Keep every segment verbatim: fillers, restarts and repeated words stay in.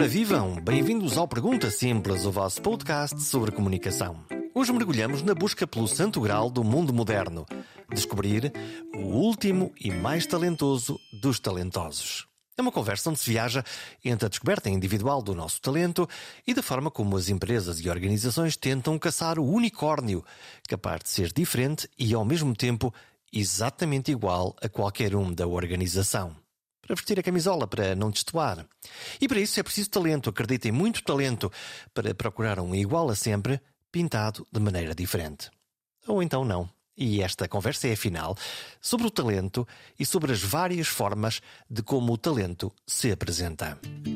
vivam! Bem-vindos ao Pergunta Simples, o vosso podcast sobre comunicação. Hoje mergulhamos na busca pelo santo grau do mundo moderno. Descobrir o último e mais talentoso dos talentosos. É uma conversa onde se viaja entre a descoberta individual do nosso talento e da forma como as empresas e organizações tentam caçar o unicórnio, capaz de ser diferente e, ao mesmo tempo, exatamente igual a qualquer um da organização. Para vestir a camisola, para não destoar. E para isso é preciso talento, acreditem, muito talento, para procurar um igual a sempre, pintado de maneira diferente. Ou então não. E esta conversa é, afinal, sobre o talento e sobre as várias formas de como o talento se apresenta.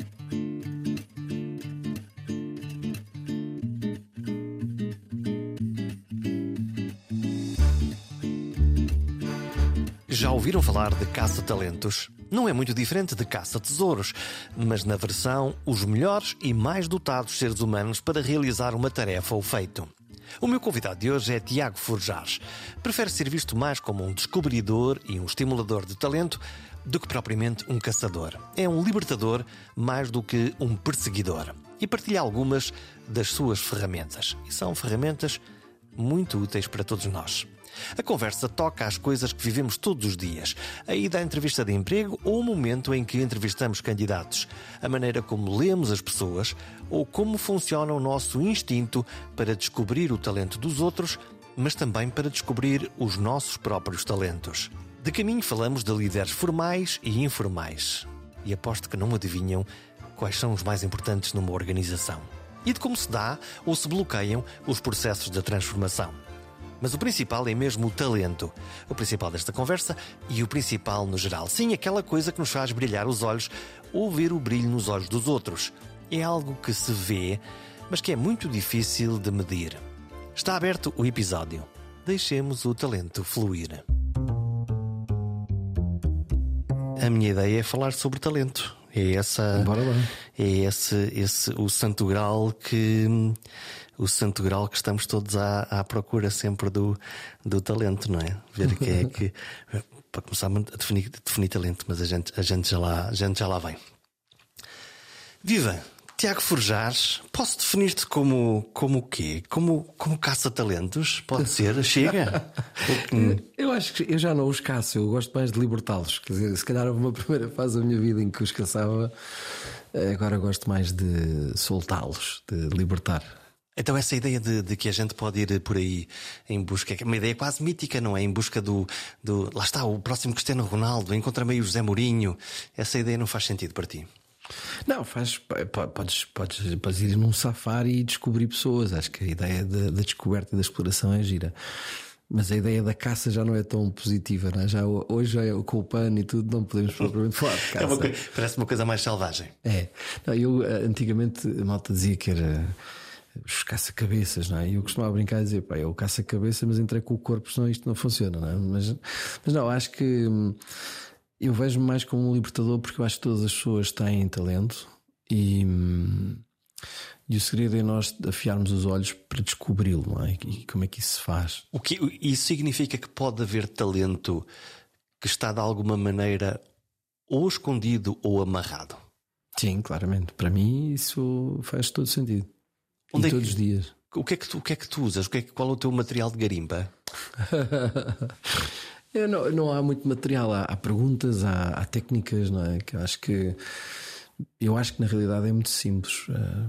Já ouviram falar de caça-talentos? Não é muito diferente de caça-tesouros, mas na versão os melhores e mais dotados seres humanos para realizar uma tarefa ou feito. O meu convidado de hoje é Tiago Forjares. Prefere ser visto mais como um descobridor e um estimulador de talento do que propriamente um caçador. É um libertador mais do que um perseguidor. E partilha algumas das suas ferramentas. E são ferramentas muito úteis para todos nós. A conversa toca às coisas que vivemos todos os dias. A ida à entrevista de emprego ou o momento em que entrevistamos candidatos. A maneira como lemos as pessoas ou como funciona o nosso instinto para descobrir o talento dos outros, mas também para descobrir os nossos próprios talentos. De caminho falamos de líderes formais e informais. E aposto que não adivinham quais são os mais importantes numa organização. E de como se dá ou se bloqueiam os processos de transformação. Mas o principal é mesmo o talento. O principal desta conversa e o principal no geral. Sim, aquela coisa que nos faz brilhar os olhos ou ver o brilho nos olhos dos outros. É algo que se vê, mas que é muito difícil de medir. Está aberto o episódio. Deixemos o talento fluir. A minha ideia é falar sobre talento. É essa, é esse, esse o santo grau que o santo grau que estamos todos à, à procura sempre do, do talento, não é? Ver quem é que para começar a definir, definir talento, mas a gente, a gente já lá, a gente já lá vem. Viva! Tiago Forjares, posso definir-te como, como o quê? Como, como caça-talentos? Pode ser? Chega? Eu acho que eu já não os caço, eu gosto mais de libertá-los. Quer dizer, se calhar houve uma primeira fase da minha vida em que os caçava, agora gosto mais de soltá-los, de libertar. Então essa ideia de, de que a gente pode ir por aí em busca, é uma ideia quase mítica, não é? Em busca do, do lá está, o próximo Cristiano Ronaldo, encontra meio o José Mourinho. Essa ideia não faz sentido para ti? Não, faz, podes, podes, podes ir num safari e descobrir pessoas. Acho que a ideia da, da descoberta e da exploração é gira. Mas a ideia da caça já não é tão positiva, não é? Já, hoje já é, com o pano e tudo, não podemos propriamente falar de caça. É uma coisa, parece uma coisa mais selvagem. É. Não, eu antigamente a malta dizia que era os caça-cabeças, não é? E eu costumava brincar e dizer, pá, eu caça-cabeça, mas entrei com o corpo, senão isto não funciona, não é? Mas, mas não, acho que eu vejo-me mais como um libertador, porque eu acho que todas as pessoas têm talento e, e o segredo é nós afiarmos os olhos para descobri-lo, não é? E como é que isso se faz? O que, isso significa que pode haver talento que está de alguma maneira ou escondido ou amarrado? Sim, claramente. Para mim isso faz todo sentido. Onde e é todos que, os dias. O que, é que tu, o que é que tu usas? O que é que, qual é o teu material de garimpa? Eu não, não há muito material, há, há perguntas, há, há técnicas, não é? Que eu acho que eu acho que na realidade é muito simples.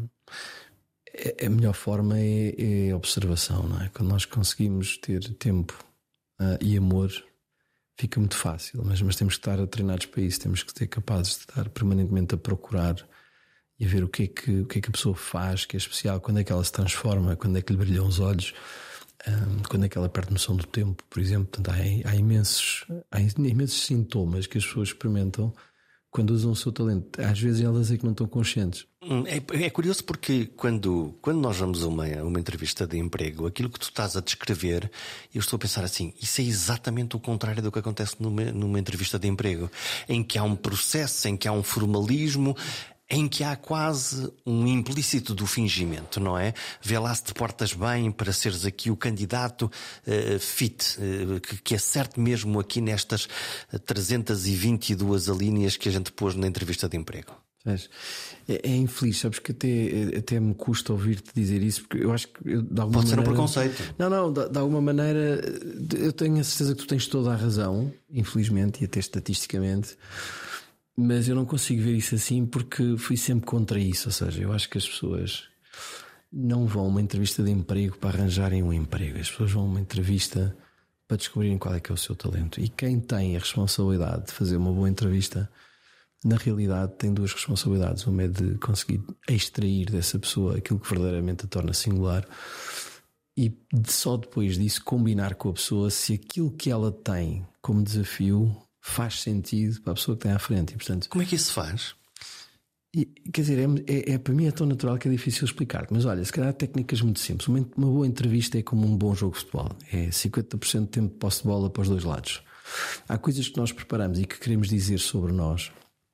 A melhor forma é, é observação, não é? Quando nós conseguimos ter tempo uh, e amor, fica muito fácil, mas, mas temos que estar treinados para isso, temos que ser capazes de estar permanentemente a procurar e a ver o que é que, o que é que a pessoa faz, que é especial, quando é que ela se transforma, quando é que lhe brilham os olhos. Um, quando é que ela perde noção do tempo, por exemplo. Portanto, há, há, imensos, há imensos sintomas que as pessoas experimentam quando usam o seu talento. Às vezes elas é que não estão conscientes. É, é curioso porque quando, quando nós vamos a uma, uma entrevista de emprego, aquilo que tu estás a descrever, eu estou a pensar assim, isso é exatamente o contrário do que acontece numa, numa entrevista de emprego, em que há um processo, em que há um formalismo, em que há quase um implícito do fingimento, não é? Vê lá se te portas bem para seres aqui o candidato uh, fit, uh, que, que acerte mesmo aqui nestas trezentas e vinte e duas alíneas que a gente pôs na entrevista de emprego. É, é infeliz, sabes que até, até me custa ouvir-te dizer isso, porque eu acho que eu, de alguma Pode ser maneira, um preconceito. Não, não, de, de alguma maneira eu tenho a certeza que tu tens toda a razão, infelizmente, e até estatisticamente, mas eu não consigo ver isso assim porque fui sempre contra isso. Ou seja, eu acho que as pessoas não vão a uma entrevista de emprego para arranjarem um emprego, as pessoas vão a uma entrevista para descobrirem qual é que é o seu talento. E quem tem a responsabilidade de fazer uma boa entrevista, na realidade tem duas responsabilidades. Uma é de conseguir extrair dessa pessoa aquilo que verdadeiramente a torna singular, e de só depois disso combinar com a pessoa se aquilo que ela tem como desafio faz sentido para a pessoa que tem à frente. E, portanto, como é que isso se faz? E, quer dizer, é, é, é, para mim é tão natural que é difícil explicar. Mas olha, se calhar há técnicas muito simples. Uma, uma boa entrevista é como um bom jogo de futebol. É cinquenta por cento de tempo de posse de bola para os dois lados. Há coisas que nós preparamos e que queremos dizer sobre nós,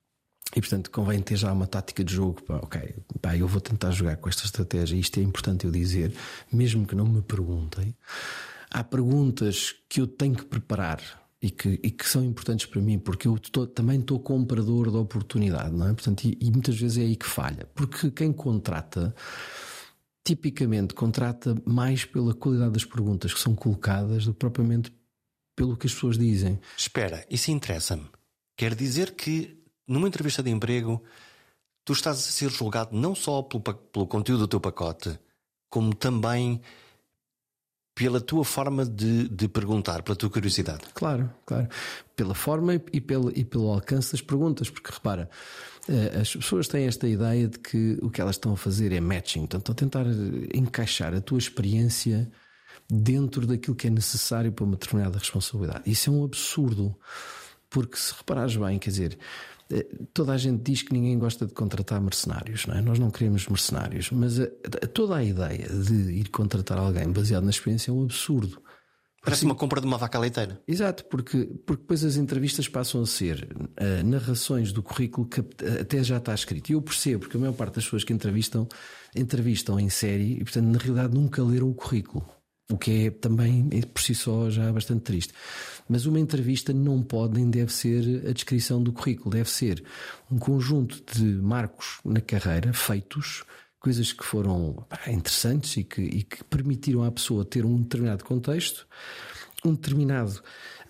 e portanto convém ter já uma tática de jogo. Pá, ok, pá, eu vou tentar jogar com esta estratégia. Isto é importante eu dizer, mesmo que não me perguntem. Há perguntas que eu tenho que preparar e que, e que são importantes para mim, porque eu tô, também estou comprador da oportunidade, não é? Portanto, e, e muitas vezes é aí que falha, porque quem contrata tipicamente contrata mais pela qualidade das perguntas que são colocadas do que propriamente pelo que as pessoas dizem. Espera, isso interessa-me. Quer dizer que numa entrevista de emprego tu estás a ser julgado não só pelo, pelo conteúdo do teu pacote, como também pela tua forma de, de perguntar, pela tua curiosidade. Claro, claro. Pela forma e pelo, e pelo alcance das perguntas, porque repara, as pessoas têm esta ideia de que o que elas estão a fazer é matching, portanto, estão a tentar encaixar a tua experiência dentro daquilo que é necessário para uma determinada responsabilidade. Isso é um absurdo, porque se reparares bem, quer dizer, toda a gente diz que ninguém gosta de contratar mercenários, não é? Nós não queremos mercenários, mas a, a, toda a ideia de ir contratar alguém baseado na experiência é um absurdo. Parece uma compra de uma vaca leiteira. Exato, porque, porque depois as entrevistas passam a ser uh, narrações do currículo que até já está escrito. E eu percebo, porque a maior parte das pessoas que entrevistam entrevistam em série e, portanto, na realidade nunca leram o currículo. O que é também, por si só, já bastante triste. Mas uma entrevista não pode nem deve ser a descrição do currículo. Deve ser um conjunto de marcos na carreira feitos, coisas que foram pá, interessantes e que, e que permitiram à pessoa ter um determinado contexto, um determinado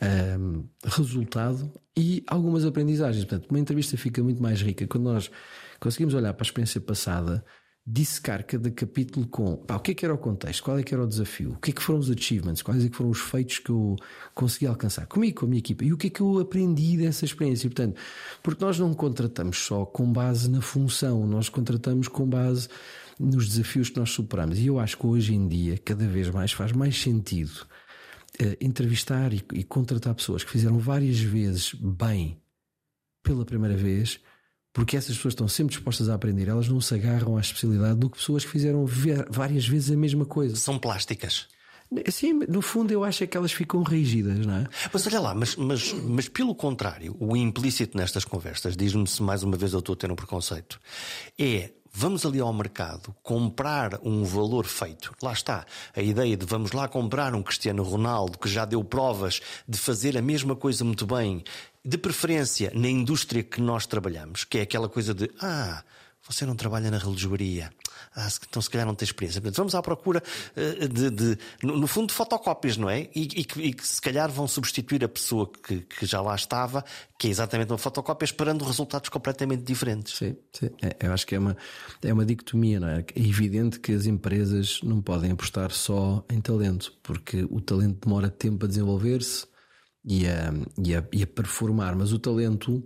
um, resultado e algumas aprendizagens. Portanto, uma entrevista fica muito mais rica quando nós conseguimos olhar para a experiência passada, dissecar cada capítulo com pá, o que é que era o contexto, qual é que era o desafio, o que é que foram os achievements, quais é que foram os feitos que eu consegui alcançar comigo, com a minha equipa, e o que é que eu aprendi dessa experiência. E, portanto, porque nós não contratamos só com base na função, nós contratamos com base nos desafios que nós superamos. E eu acho que hoje em dia cada vez mais faz mais sentido uh, entrevistar e, e contratar pessoas que fizeram várias vezes bem pela primeira vez, porque essas pessoas estão sempre dispostas a aprender. Elas não se agarram à especialidade do que pessoas que fizeram várias vezes a mesma coisa. São plásticas. Sim, no fundo eu acho é que elas ficam rígidas, não é? Mas olha lá, mas, mas, mas pelo contrário, o implícito nestas conversas, diz-me se mais uma vez eu estou a ter um preconceito, é: vamos ali ao mercado comprar um valor feito. Lá está a ideia de vamos lá comprar um Cristiano Ronaldo que já deu provas de fazer a mesma coisa muito bem, de preferência na indústria que nós trabalhamos, que é aquela coisa de ah, você não trabalha na relojoaria, ah, então se calhar não tem experiência. Portanto, vamos à procura de, de no, no fundo, de fotocópias, não é? E, e, que, e que se calhar vão substituir a pessoa que, que já lá estava, que é exatamente uma fotocópia, esperando resultados completamente diferentes. Sim, sim. É, eu acho que é uma, é uma dicotomia, não é? É evidente que as empresas não podem apostar só em talento, porque o talento demora tempo a desenvolver-se e a, e, a, e a performar, mas o talento,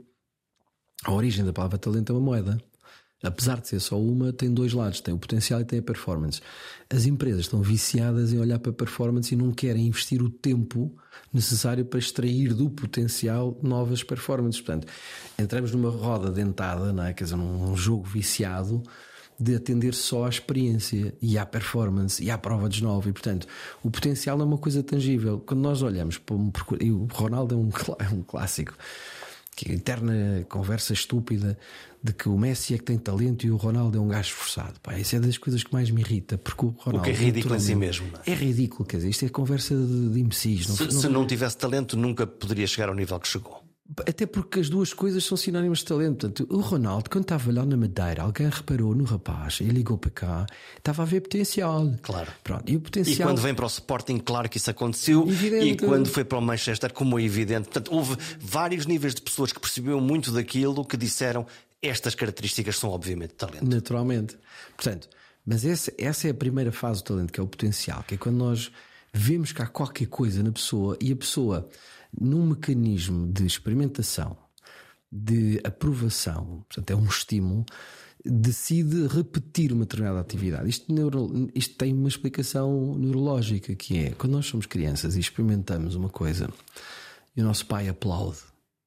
a origem da palavra talento é uma moeda. Apesar de ser só uma, tem dois lados, tem o potencial e tem a performance. As empresas estão viciadas em olhar para a performance e não querem investir o tempo necessário para extrair do potencial novas performances. Portanto, entramos numa roda dentada, não é? Quer dizer, num jogo viciado de atender só à experiência e à performance e à prova de novo. E, portanto, o potencial é uma coisa tangível. Quando nós olhamos para um percurso, e o Ronaldo é um, é um clássico, que a eterna conversa estúpida de que o Messi é que tem talento e o Ronaldo é um gajo esforçado. Pá, isso é das coisas que mais me irrita, porque o Ronaldo, o que é ridículo em si mesmo, não é? É ridículo, quer dizer, isto é conversa de, de imbecis. Não, se, não... se não tivesse talento, nunca poderia chegar ao nível que chegou. Até porque as duas coisas são sinónimos de talento. Portanto, o Ronaldo, quando estava lá na Madeira, alguém reparou no rapaz e ligou para cá, estava a ver potencial. Claro. Pronto, e, o potencial... e quando vem para o Sporting, claro que isso aconteceu. Evidente. E quando foi para o Manchester, como é evidente. Portanto, houve vários níveis de pessoas que perceberam muito daquilo, que disseram estas características são obviamente talento. Naturalmente. Portanto, mas essa, essa é a primeira fase do talento, que é o potencial, que é quando nós vemos que há qualquer coisa na pessoa e a pessoa, num mecanismo de experimentação, de aprovação, portanto é um estímulo, decide repetir uma determinada atividade. Isto, neuro, isto tem uma explicação neurológica, que é quando nós somos crianças e experimentamos uma coisa e o nosso pai aplaude,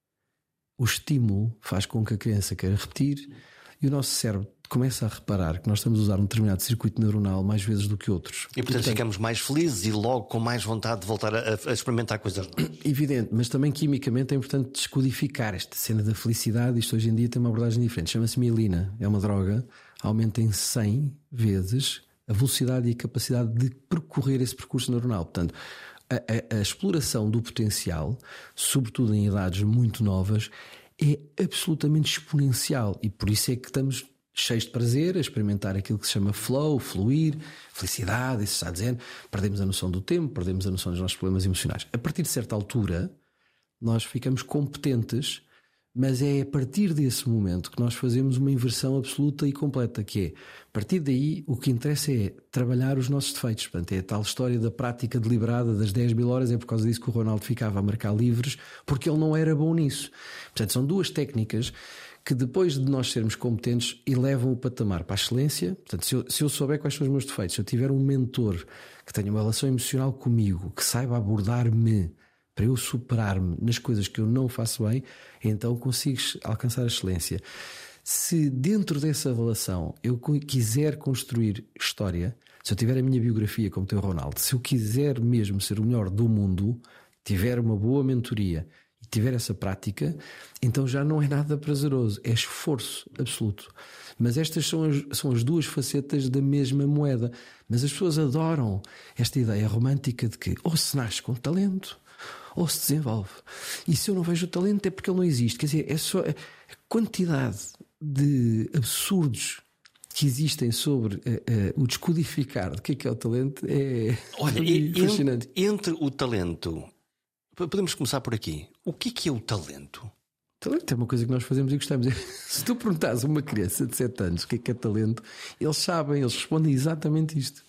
o estímulo faz com que a criança queira repetir e o nosso cérebro começa a reparar que nós estamos a usar um determinado circuito neuronal mais vezes do que outros. E portanto, e, portanto ficamos mais felizes e logo com mais vontade de voltar a, a experimentar coisas novas. Evidente, mas também quimicamente é importante descodificar esta cena da felicidade. Isto hoje em dia tem uma abordagem diferente. Chama-se mielina, é uma droga, aumenta em cem vezes a velocidade e a capacidade de percorrer esse percurso neuronal. Portanto, a, a, a exploração do potencial, sobretudo em idades muito novas, é absolutamente exponencial e por isso é que estamos cheios de prazer a experimentar aquilo que se chama flow, fluir, felicidade, isso está dizendo. Perdemos a noção do tempo, perdemos a noção dos nossos problemas emocionais. A partir de certa altura, nós ficamos competentes, mas é a partir desse momento que nós fazemos uma inversão absoluta e completa, que é, a partir daí, o que interessa é trabalhar os nossos defeitos. Portanto, é a tal história da prática deliberada das dez mil horas, é por causa disso que o Ronaldo ficava a marcar livres, porque ele não era bom nisso. Portanto, são duas técnicas que depois de nós sermos competentes elevam o patamar para a excelência. Portanto, se eu, se eu souber quais são os meus defeitos, se eu tiver um mentor que tenha uma relação emocional comigo, que saiba abordar-me para eu superar-me nas coisas que eu não faço bem, então consigo alcançar a excelência. Se dentro dessa relação eu quiser construir história, se eu tiver a minha biografia como tem o Ronaldo, se eu quiser mesmo ser o melhor do mundo, tiver uma boa mentoria e tiver essa prática, então já não é nada prazeroso, é esforço absoluto. Mas estas são as, são as duas facetas da mesma moeda. Mas as pessoas adoram esta ideia romântica de que ou se nasce com talento ou se desenvolve. E se eu não vejo o talento é porque ele não existe. Quer dizer, é só a quantidade de absurdos que existem sobre uh, uh, o descodificar do que é que é o talento é Olha, fascinante. Entre o talento, podemos começar por aqui. O que é que é o talento? Talento é uma coisa que nós fazemos e gostamos. Se tu perguntares a uma criança de sete anos o que é que é talento, eles sabem, eles respondem exatamente isto.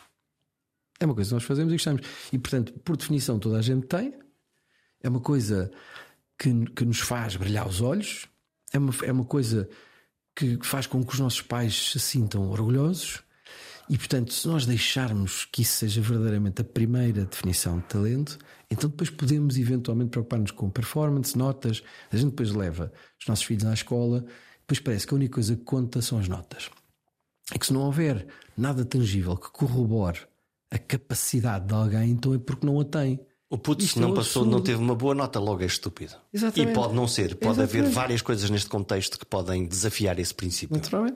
É uma coisa que nós fazemos e gostamos. E, portanto, por definição, toda a gente tem. É uma coisa que, que nos faz brilhar os olhos. É uma, é uma coisa que faz com que os nossos pais se sintam orgulhosos. E, portanto, se nós deixarmos que isso seja verdadeiramente a primeira definição de talento, então depois podemos eventualmente preocupar-nos com performance, notas. A gente depois leva os nossos filhos à escola, depois parece que a única coisa que conta são as notas. É que se não houver nada tangível que corrobore a capacidade de alguém, então é porque não a tem. O puto, se não passou, não teve uma boa nota, logo é estúpido. Exatamente. E pode não ser, pode Exatamente. haver várias coisas neste contexto que podem desafiar esse princípio. Naturalmente.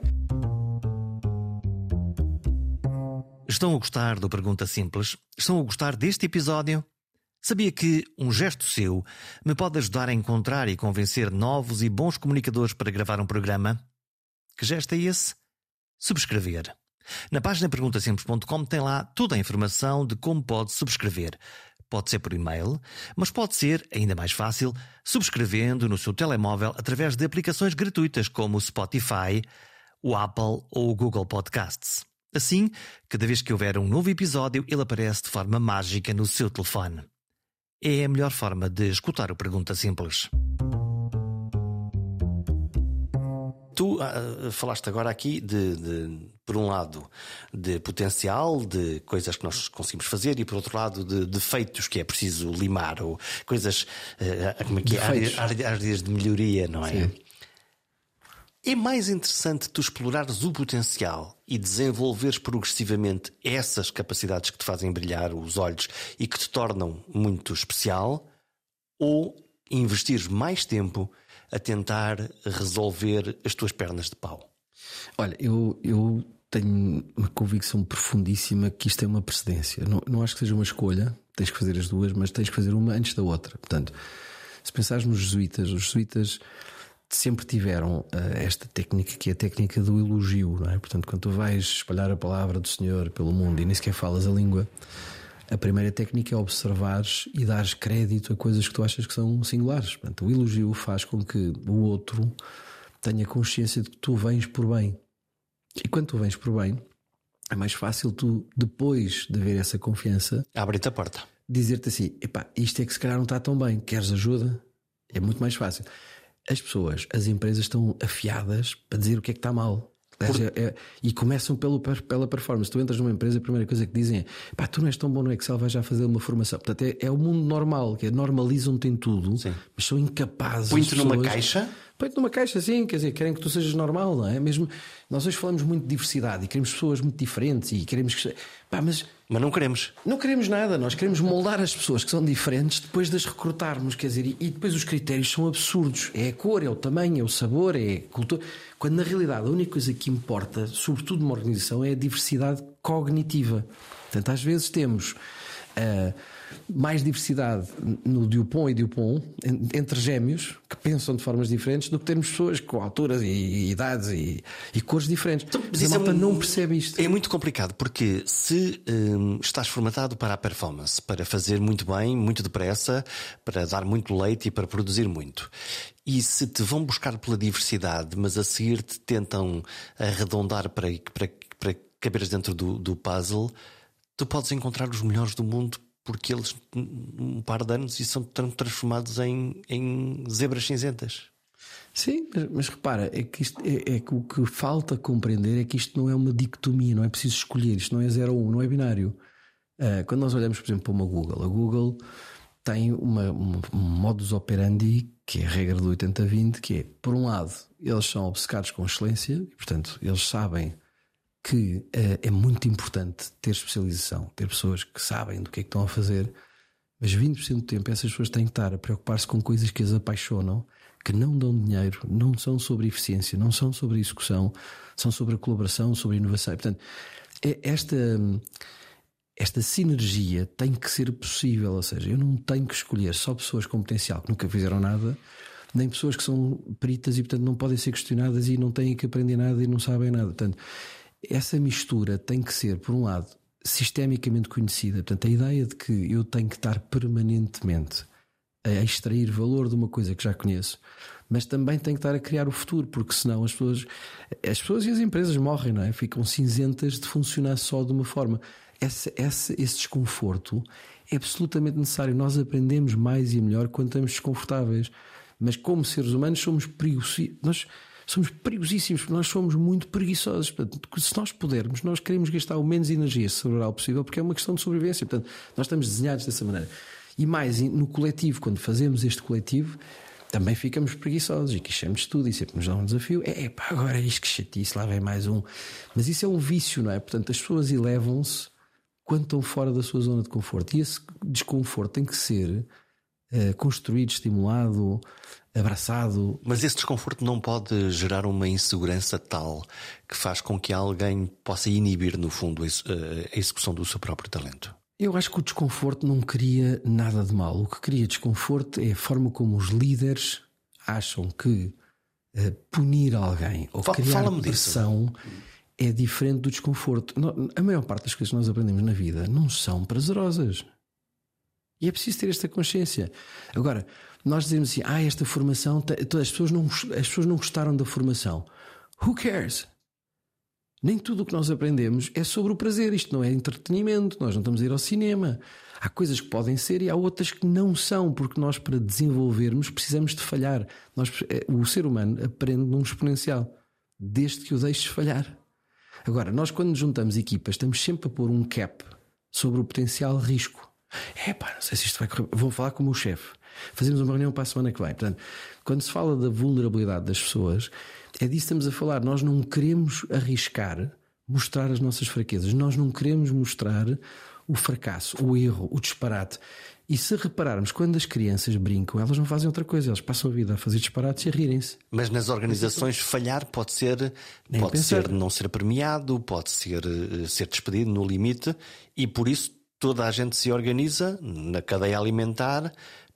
Estão a gostar do Pergunta Simples? Estão a gostar deste episódio? Sabia que um gesto seu me pode ajudar a encontrar e convencer novos e bons comunicadores para gravar um programa? Que gesto é esse? Subscrever. Na página pergunta simples ponto com tem lá toda a informação de como pode subscrever. Pode ser por e-mail, mas pode ser, ainda mais fácil, subscrevendo no seu telemóvel através de aplicações gratuitas como o Spotify, o Apple ou o Google Podcasts. Assim, cada vez que houver um novo episódio, ele aparece de forma mágica no seu telefone. É a melhor forma de escutar o Pergunta Simples. Tu uh, falaste agora aqui de, de, por um lado, de potencial, de coisas que nós conseguimos fazer, e por outro lado, de defeitos que é preciso limar, ou coisas, uh, como é que é, áreas, áreas de melhoria, não é? Sim. É mais interessante tu explorares o potencial e desenvolveres progressivamente essas capacidades que te fazem brilhar os olhos e que te tornam muito especial, ou investires mais tempo a tentar resolver as tuas pernas de pau? Olha, eu, eu tenho uma convicção profundíssima que isto é uma precedência. Não, não acho que seja uma escolha, tens que fazer as duas, mas tens que fazer uma antes da outra. Portanto, Se pensares nos jesuítas, os jesuítas sempre tiveram uh, esta técnica que é a técnica do elogio, não é? Portanto, quando tu vais espalhar a palavra do Senhor pelo mundo e nem sequer falas a língua, a primeira técnica é observares e dares crédito a coisas que tu achas que são singulares. Portanto, o elogio faz com que o outro tenha consciência de que tu vens por bem. E quando tu vens por bem, é mais fácil tu, depois de haver essa confiança, abre-te a porta, dizer-te assim: epá, isto é que se calhar não está tão bem, queres ajuda? É muito mais fácil. As pessoas, as empresas estão afiadas para dizer o que é que está mal. Por... É, é, e começam pelo, pela performance. Tu entras numa empresa, a primeira coisa que dizem é: pá, tu não és tão bom no Excel, vais já fazer uma formação. Portanto, é, é o mundo normal, que é, normalizam-te em tudo. Sim. Mas são incapazes. Põe-te numa caixa? Põe-te numa caixa, sim, quer dizer, querem que tu sejas normal, não é? Mesmo nós hoje falamos muito de diversidade e queremos pessoas muito diferentes e queremos que. Pá, mas. Mas não queremos. Não queremos nada, nós queremos moldar as pessoas que são diferentes depois de as recrutarmos, quer dizer, e depois os critérios são absurdos. É a cor, é o tamanho, é o sabor, é a cultura. Quando na realidade a única coisa que importa, sobretudo numa organização, é a diversidade cognitiva. Portanto, às vezes temos uh, mais diversidade no Dupont e Dupont, entre gêmeos que pensam de formas diferentes, do que termos pessoas com alturas e, e idades e, e cores diferentes. Então, mas a malta é, não percebe isto. É muito complicado, porque se hum, estás formatado para a performance, para fazer muito bem, muito depressa, para dar muito leite e para produzir muito, e se te vão buscar pela diversidade, mas a seguir te tentam arredondar para, para, para caberes dentro do, do puzzle, tu podes encontrar os melhores do mundo, porque eles, um par de anos, e são transformados em, em zebras cinzentas. Sim, mas, mas repara, é que, isto, é, é que o que falta compreender é que isto não é uma dicotomia, não é preciso escolher, isto não é zero ou um, não é binário. Uh, quando nós olhamos, por exemplo, para uma Google, a Google tem uma, um, um modus operandi que é a regra do oitenta vinte, que é, por um lado, eles são obcecados com excelência, e, portanto, eles sabem que uh, é muito importante ter especialização, ter pessoas que sabem do que é que estão a fazer, mas vinte por cento do tempo essas pessoas têm que estar a preocupar-se com coisas que as apaixonam, que não dão dinheiro, não são sobre eficiência, não são sobre execução, são sobre a colaboração, sobre a inovação. E, portanto, é esta, esta sinergia tem que ser possível, ou seja, eu não tenho que escolher só pessoas com potencial que nunca fizeram nada, nem pessoas que são peritas e, portanto, não podem ser questionadas e não têm que aprender nada e não sabem nada. Portanto, essa mistura tem que ser, por um lado, sistemicamente conhecida. Portanto, a ideia de que eu tenho que estar permanentemente a extrair valor de uma coisa que já conheço, mas também tenho que estar a criar o futuro, porque senão as pessoas, as pessoas e as empresas morrem, não é? Ficam cinzentas de funcionar só de uma forma. Esse, esse, esse desconforto é absolutamente necessário. Nós aprendemos mais e melhor quando estamos desconfortáveis, mas como seres humanos somos perigosíssimos. Nós somos perigosíssimos, porque nós somos muito preguiçosos. Portanto, se nós pudermos, nós queremos gastar o menos energia cerebral possível, porque é uma questão de sobrevivência. Portanto, nós estamos desenhados dessa maneira. E mais, no coletivo, quando fazemos este coletivo, também ficamos preguiçosos e queixamos tudo e sempre nos dá um desafio. É pá, agora é isto que chatice, lá vem mais um. Mas isso é um vício, não é? Portanto, as pessoas elevam-se quando estão fora da sua zona de conforto. E esse desconforto tem que ser uh, construído, estimulado, abraçado. Mas esse desconforto não pode gerar uma insegurança tal que faz com que alguém possa inibir, no fundo, a execução do seu próprio talento? Eu acho que o desconforto não cria nada de mal. O que cria desconforto é a forma como os líderes acham que uh, punir alguém ou Fala, criar pressão disso. É diferente do desconforto. A maior parte das coisas que nós aprendemos na vida não são prazerosas. E é preciso ter esta consciência. Agora, nós dizemos assim: ah, esta formação, as pessoas não, as pessoas não gostaram da formação. Who cares? Nem tudo o que nós aprendemos é sobre o prazer. Isto não é entretenimento. Nós não estamos a ir ao cinema. Há coisas que podem ser e há outras que não são, porque nós, para desenvolvermos, precisamos de falhar. Nós, o ser humano aprende num exponencial, desde que o deixes falhar. Agora, nós quando nos juntamos equipas, estamos sempre a pôr um cap sobre o potencial risco. É pá, não sei se isto vai correr. Vou falar com o meu chefe. Fazemos uma reunião para a semana que vem. Portanto, quando se fala da vulnerabilidade das pessoas, é disso que estamos a falar. Nós não queremos arriscar mostrar as nossas fraquezas. Nós não queremos mostrar o fracasso, o erro, o disparate. E se repararmos, quando as crianças brincam, elas não fazem outra coisa. Elas passam a vida a fazer disparates e a rirem-se. Mas nas organizações falhar pode ser, pode ser não ser premiado, pode ser ser despedido no limite, e por isso toda a gente se organiza na cadeia alimentar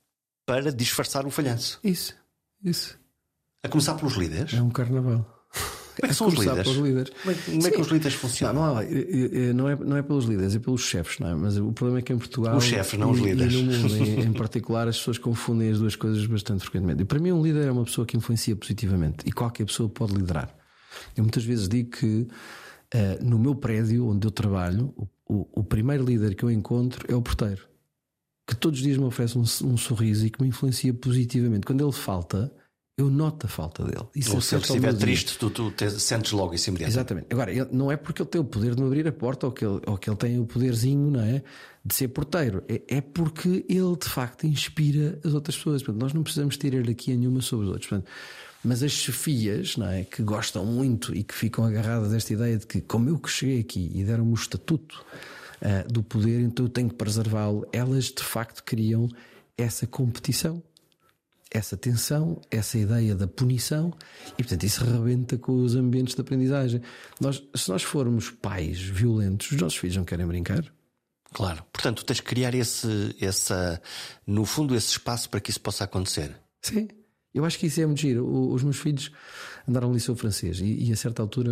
para disfarçar o falhanço. Isso, isso. A começar pelos líderes. É um carnaval. Como é que são os líderes? líderes? Como é, como é que os líderes funcionam? Não, não, é, não, é, não é pelos líderes, é pelos chefes, não é? Mas o problema é que em Portugal, os chefes, não e, os líderes. E no mundo em, em particular, as pessoas confundem as duas coisas bastante frequentemente. E para mim, um líder é uma pessoa que influencia positivamente e qualquer pessoa pode liderar. Eu muitas vezes digo que uh, no meu prédio onde eu trabalho, o, o, o primeiro líder que eu encontro é o porteiro, que todos os dias me oferece um, um sorriso e que me influencia positivamente. Quando ele falta, eu noto a falta dele. Isso ou se ele estiver triste, tu, tu te, sentes logo isso imediatamente. Exatamente. Agora, ele, não é porque ele tem o poder de me abrir a porta ou que ele, ou que ele tem o poderzinho, não é, de ser porteiro. É, é porque ele de facto inspira as outras pessoas. Portanto, nós não precisamos ter hierarquia nenhuma sobre os outros. Portanto, mas as chefias, não é, que gostam muito e que ficam agarradas a esta ideia de que, como eu que cheguei aqui e deram-me o estatuto uh, do poder, então eu tenho que preservá-lo, elas de facto criam essa competição, essa tensão, essa ideia da punição, e portanto isso rebenta com os ambientes de aprendizagem. Nós, se nós formos pais violentos, os nossos filhos não querem brincar. Claro, portanto tens de criar esse, essa, no fundo esse espaço para que isso possa acontecer. Sim, eu acho que isso é muito giro. Os meus filhos andaram no liceu francês e, e a certa altura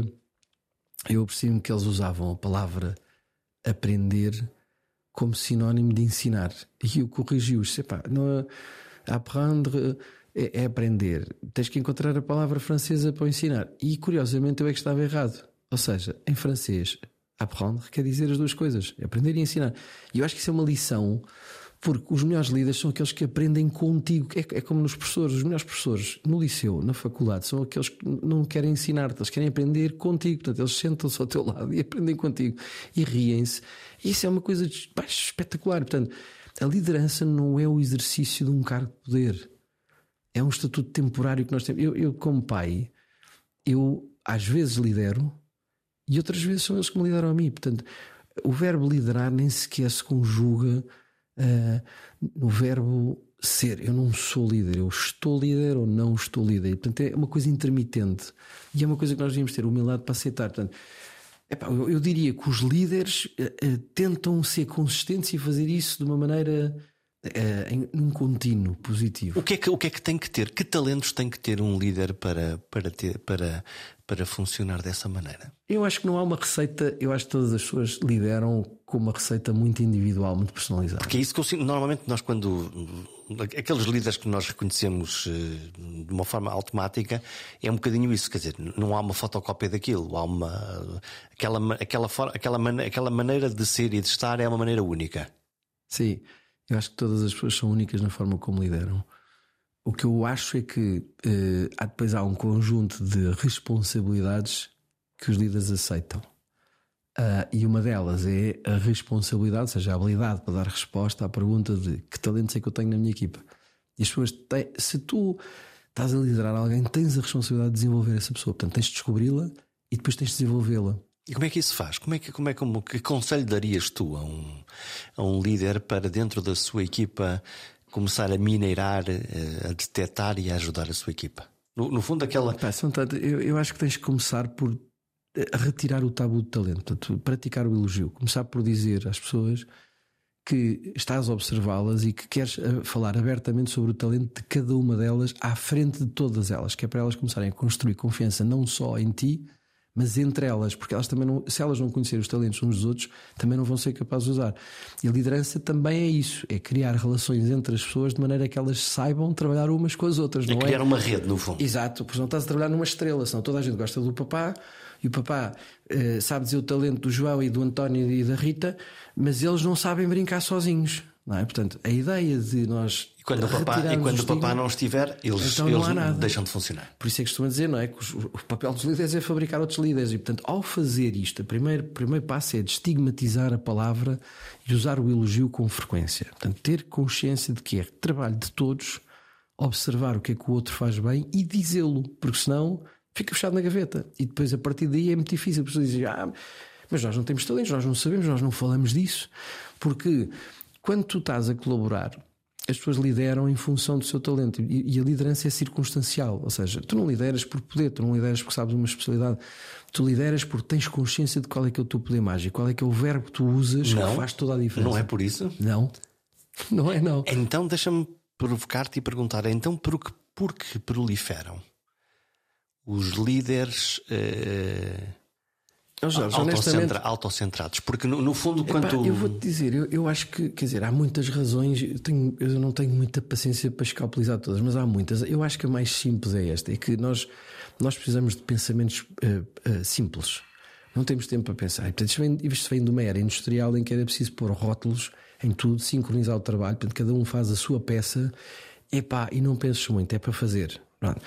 eu aprecio-me que eles usavam a palavra aprender como sinónimo de ensinar, e eu corrigi-os. Epá, não é... Aprender é, é aprender. Tens que encontrar a palavra francesa para ensinar. E curiosamente eu é que estava errado. Ou seja, em francês, apprendre quer dizer as duas coisas: aprender e ensinar. E eu acho que isso é uma lição, porque os melhores líderes são aqueles que aprendem contigo. É, é como nos professores. Os melhores professores no liceu, na faculdade, são aqueles que não querem ensinar-te, eles querem aprender contigo. Portanto, eles sentam-se ao teu lado e aprendem contigo e riem-se. E isso é uma coisa espetacular. Portanto, a liderança não é o exercício de um cargo de poder, é um estatuto temporário que nós temos. Eu, eu como pai, eu às vezes lidero e outras vezes são eles que me lideram a mim. Portanto, o verbo liderar nem sequer se conjuga uh, no verbo ser. Eu não sou líder, eu estou líder ou não estou líder. E, portanto, é uma coisa intermitente e é uma coisa que nós devíamos ter humildade para aceitar. Portanto, epá, eu, eu diria que os líderes uh, uh, tentam ser consistentes e fazer isso de uma maneira uh, em, num contínuo positivo. O que, é que, o que é que tem que ter? Que talentos tem que ter um líder para, para, ter, para, para funcionar dessa maneira? Eu acho que não há uma receita. Eu acho que todas as pessoas lideram com uma receita muito individual, muito personalizada. Porque é isso que eu sinto. Normalmente nós, quando aqueles líderes que nós reconhecemos de uma forma automática, é um bocadinho isso. Quer dizer, não há uma fotocópia daquilo. Há uma aquela aquela aquela aquela maneira de ser e de estar é uma maneira única. Sim, eu acho que todas as pessoas são únicas na forma como lideram. O que eu acho é que eh, há, depois há um conjunto de responsabilidades que os líderes aceitam. Uh, e uma delas é a responsabilidade, ou seja, a habilidade para dar resposta à pergunta de que talentos é que eu tenho na minha equipa. E as pessoas têm, se tu estás a liderar alguém, tens a responsabilidade de desenvolver essa pessoa. Portanto, tens de descobri-la e depois tens de desenvolvê-la. E como é que isso se faz? Como é que, como é, como, que conselho darias tu a um, a um líder para dentro da sua equipa começar a mineirar, a detectar e a ajudar a sua equipa? No, no fundo, aquela. Pá, tanto, eu, eu acho que tens que começar por retirar o tabu do talento, portanto, praticar o elogio, começar por dizer às pessoas que estás a observá-las e que queres falar abertamente sobre o talento de cada uma delas à frente de todas elas, que é para elas começarem a construir confiança não só em ti, mas entre elas, porque elas também não, se elas não conhecerem os talentos uns dos outros, também não vão ser capazes de usar. E a liderança também é isso, é criar relações entre as pessoas de maneira que elas saibam trabalhar umas com as outras. É não criar é? uma rede, no fundo. Exato, porque não estás a trabalhar numa estrela, senão toda a gente gosta do papá e o papá uh, sabe dizer o talento do João e do António e da Rita, mas eles não sabem brincar sozinhos. Não é? Portanto, a ideia de nós. E quando o papá, e quando o papá não estiver, eles, então eles não deixam de funcionar. Por isso é que estou a dizer, não é? Que o papel dos líderes é fabricar outros líderes. E, portanto, ao fazer isto, o primeiro, primeiro passo é destigmatizar a palavra e usar o elogio com frequência. Portanto, ter consciência de que é trabalho de todos, observar o que é que o outro faz bem e dizê-lo, porque senão fica fechado na gaveta. E depois, a partir daí, é muito difícil. A pessoa diz: ah, mas nós não temos talentos, nós não sabemos, nós não falamos disso. Porque quando tu estás a colaborar, as pessoas lideram em função do seu talento e a liderança é circunstancial, ou seja, tu não lideras por poder, tu não lideras porque sabes uma especialidade, tu lideras porque tens consciência de qual é que é o teu poder mágico, qual é que é o verbo que tu usas não, que faz toda a diferença. Não é por isso? Não, não é não. Então deixa-me provocar-te e perguntar: então por que, por que proliferam os líderes uh, oh, Jorge, autocentra, autocentrados? Porque no, no fundo, epá, quanto... eu vou-te dizer, eu, eu acho que, quer dizer, há muitas razões. Eu, tenho, eu não tenho muita paciência para escalpelizar todas, mas há muitas. Eu acho que a mais simples é esta: é que nós, nós precisamos de pensamentos uh, uh, simples. Não temos tempo para pensar. E, portanto, isto vem, isto vem de uma era industrial em que era preciso pôr rótulos em tudo, sincronizar o trabalho. Portanto, cada um faz a sua peça. Epá, e não penses muito, é para fazer. Pronto.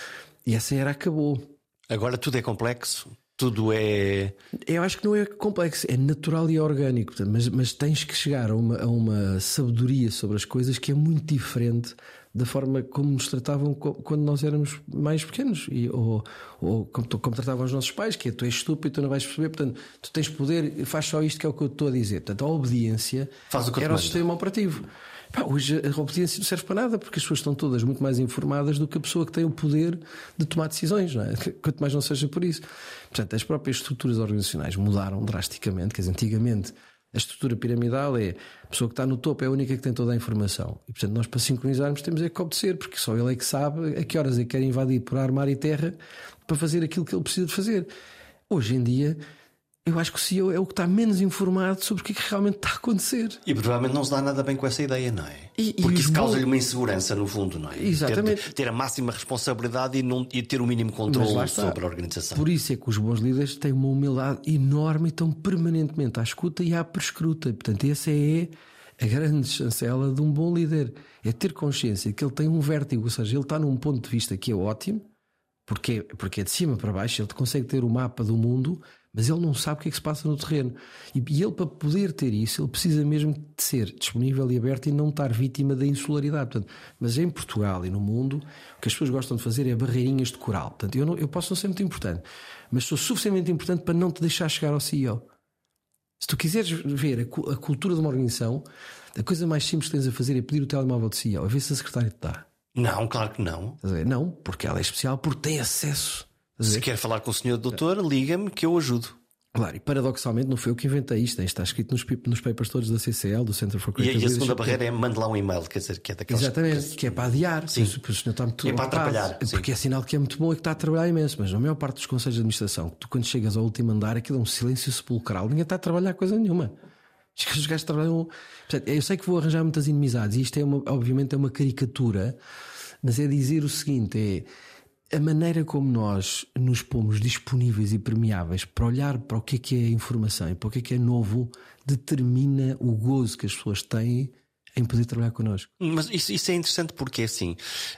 E essa era acabou. Agora tudo é complexo, tudo é... Eu acho que não é complexo, é natural e orgânico. Portanto, mas, mas tens que chegar a uma, a uma sabedoria sobre as coisas que é muito diferente da forma como nos tratavam quando nós éramos mais pequenos, e, ou, ou como, como tratavam os nossos pais, que é: tu és estúpido, tu não vais perceber, portanto tu tens poder, faz só isto, que é o que eu estou a dizer. Portanto, a obediência faz o que era o sistema operativo. Pá, hoje a obediência não serve para nada, porque as pessoas estão todas muito mais informadas do que a pessoa que tem o poder de tomar decisões, não é? Quanto mais não seja por isso. Portanto, as próprias estruturas organizacionais mudaram drasticamente. Quer dizer, antigamente a estrutura piramidal é: a pessoa que está no topo é a única que tem toda a informação, e portanto nós, para sincronizarmos, temos é que obedecer, porque só ele é que sabe a que horas é que quer invadir por ar, mar e terra para fazer aquilo que ele precisa de fazer. Hoje em dia eu acho que o C E O é o que está menos informado sobre o que é que realmente está a acontecer. E provavelmente não se dá nada bem com essa ideia, não é? E, Porque e isso causa-lhe bom... uma insegurança, no fundo, não é? Exatamente. Ter, ter a máxima responsabilidade e, não, e ter o mínimo controle sobre a organização. Por isso é que os bons líderes têm uma humildade enorme e estão permanentemente à escuta e à prescruta. Portanto, essa é a grande chancela de um bom líder. É ter consciência que ele tem um vértigo, ou seja, ele está num ponto de vista que é ótimo, porque, porque é de cima para baixo, ele consegue ter o mapa do mundo, mas ele não sabe o que é que se passa no terreno. E, e ele, para poder ter isso, ele precisa mesmo de ser disponível e aberto e não estar vítima da insularidade. Portanto, mas em Portugal e no mundo, o que as pessoas gostam de fazer é barreirinhas de coral. Portanto, eu, não, eu posso não ser muito importante, mas sou suficientemente importante para não te deixar chegar ao C E O. Se tu quiseres ver a, a cultura de uma organização, a coisa mais simples que tens a fazer é pedir o telemóvel do C E O, a ver se a secretária te dá. Não, claro que não. Não, porque ela é especial, porque tem acesso. Se quer falar com o senhor doutor, liga-me que eu ajudo. Claro, e paradoxalmente não foi eu que inventei isto. Isto está escrito nos, nos papers todos da C C L, do Center for Creative E, e a segunda Leadership. barreira é: mande lá um e-mail, quer dizer, que é daqueles... Exatamente, que, que é para adiar. Sim. O senhor está muito é para atrapalhar. Porque é sinal que é muito bom e que está a trabalhar imenso. Mas na maior parte dos conselhos de administração, tu quando chegas ao último andar, aquilo é um silêncio sepulcral, ninguém está a trabalhar coisa nenhuma. Os gajos trabalham. Portanto, eu sei que vou arranjar muitas inimizades, e isto é uma, obviamente é uma caricatura, mas é dizer o seguinte: é a maneira como nós nos pomos disponíveis e permeáveis para olhar para o que é que é informação e para o que é que é novo, determina o gozo que as pessoas têm em poder trabalhar connosco. Mas isso, isso é interessante porque, assim,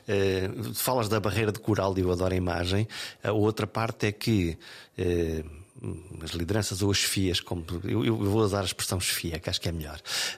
uh, falas da barreira de coral e eu adoro a imagem. A outra parte é que uh, as lideranças ou as chefias, como eu, eu vou usar a expressão chefia, que acho que é melhor.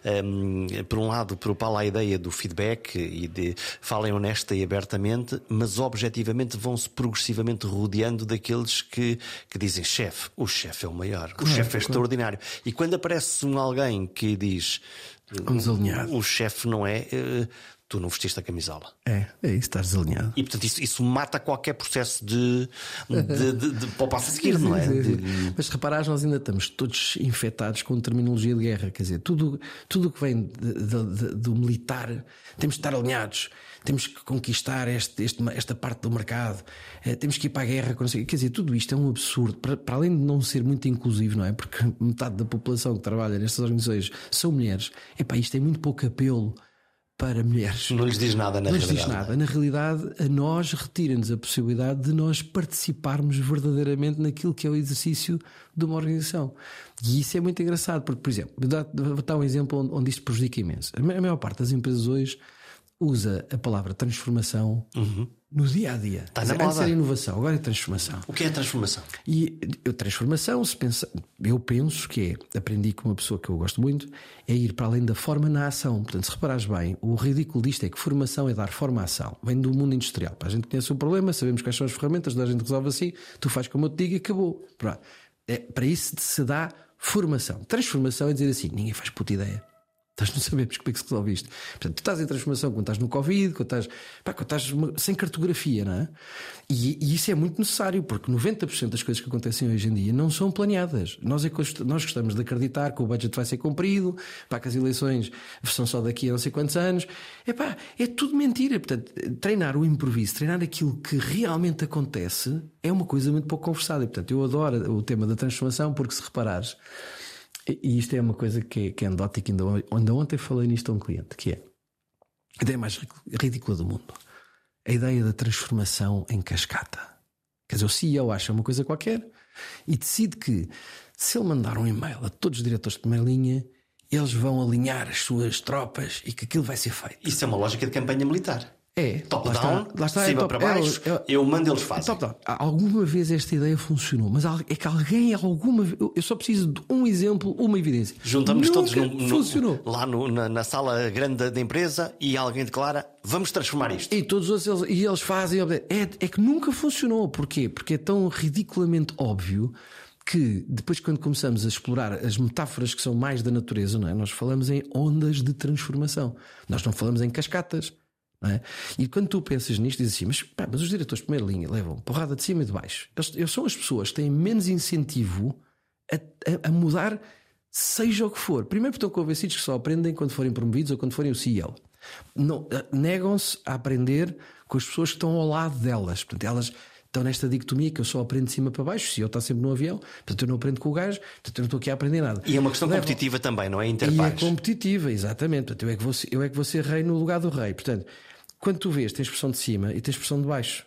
Um, por um lado, propala a ideia do feedback e de falem honesta e abertamente, mas objetivamente vão-se progressivamente rodeando daqueles que, que dizem: chefe, o chefe é o maior, o chefe é claro. Extraordinário. E quando aparece um alguém que diz: um desalinhado, o chefe não é, uh, tu não vestiste a camisola. É, é isso, estás desalinhado. E portanto isso, isso mata qualquer processo de, de, de, de para o passo a seguir, não é? De... Mas reparares, nós ainda estamos todos infectados com terminologia de guerra. Quer dizer, tudo tudo que vem de, de, de, do militar, temos de estar alinhados, temos que conquistar este, este, esta parte do mercado, é, temos que ir para a guerra. Quer dizer, tudo isto é um absurdo, para, para além de não ser muito inclusivo, não é? Porque metade da população que trabalha nestas organizações são mulheres. Epá, isto tem muito pouco apelo para mulheres. Não lhes diz nada na não realidade. Não lhes diz nada. Na realidade, a nós retira-nos a possibilidade de nós participarmos verdadeiramente naquilo que é o exercício de uma organização. E isso é muito engraçado, porque, por exemplo, vou dar um exemplo onde isto prejudica imenso. A maior parte das empresas hoje usa a palavra transformação uhum. no dia a dia. Está na moda. Antes era inovação, agora é transformação. O que é transformação? E a transformação, se pensa, eu penso que é, aprendi com uma pessoa que eu gosto muito, é ir para além da forma na ação. Portanto, se reparares bem, o ridículo disto é que formação é dar forma à ação. Vem do mundo industrial. A gente conhece o problema, sabemos quais são as ferramentas, a gente resolve assim, tu fazes como eu te digo e acabou. É, para isso se dá formação. Transformação é dizer assim: ninguém faz puta ideia. Nós não sabemos como é que se resolve isto. Portanto, tu estás em transformação quando estás no Covid, quando estás, pá, quando estás sem cartografia, não é? E, e isso é muito necessário, porque noventa por cento das coisas que acontecem hoje em dia não são planeadas. Nós, é, nós gostamos de acreditar que o budget vai ser cumprido, pá, que as eleições são só daqui a não sei quantos anos. É pá, é tudo mentira. Portanto, treinar o improviso, treinar aquilo que realmente acontece é uma coisa muito pouco conversada. E, portanto, eu adoro o tema da transformação, porque se reparares, e isto é uma coisa que é, que é anedótica, ainda, ainda ontem falei nisto a um cliente, que é a ideia mais ridícula do mundo. A ideia da transformação em cascata. Quer dizer, o C E O acha uma coisa qualquer e decide que, se ele mandar um e-mail a todos os diretores de primeira linha, eles vão alinhar as suas tropas e que aquilo vai ser feito. Isso é uma lógica de campanha militar. É, top-down, de cima é top, para baixo, é, é, eu mando, eles fazem. É alguma vez esta ideia funcionou, mas é que alguém, alguma vez, eu só preciso de um exemplo, uma evidência. Juntamos todos no, funcionou. No, lá no, na, na sala grande da empresa e alguém declara: vamos transformar isto. E todos eles, e eles fazem. É, é que nunca funcionou. Porquê? Porque é tão ridiculamente óbvio que depois, quando começamos a explorar as metáforas que são mais da natureza, não é? Nós falamos em ondas de transformação, nós não falamos em cascatas. É? E quando tu pensas nisto, dizes assim: mas, pá, mas os diretores de primeira linha levam porrada de cima e de baixo. Eles, eles são as pessoas que têm menos incentivo a, a, a mudar, seja o que for. Primeiro, porque estão convencidos que só aprendem quando forem promovidos ou quando forem o C E O. Não, negam-se a aprender com as pessoas que estão ao lado delas. Portanto, elas estão nesta dicotomia que eu só aprendo de cima para baixo. O C E O está sempre no avião, portanto eu não aprendo com o gajo, portanto eu não estou aqui a aprender nada. E é uma questão Levam... competitiva também, não é? Interpares. E é competitiva, exatamente. Portanto, eu é que vou ser, eu é que vou ser rei no lugar do rei. Portanto, quando tu vês, tens pressão de cima e tens pressão de baixo,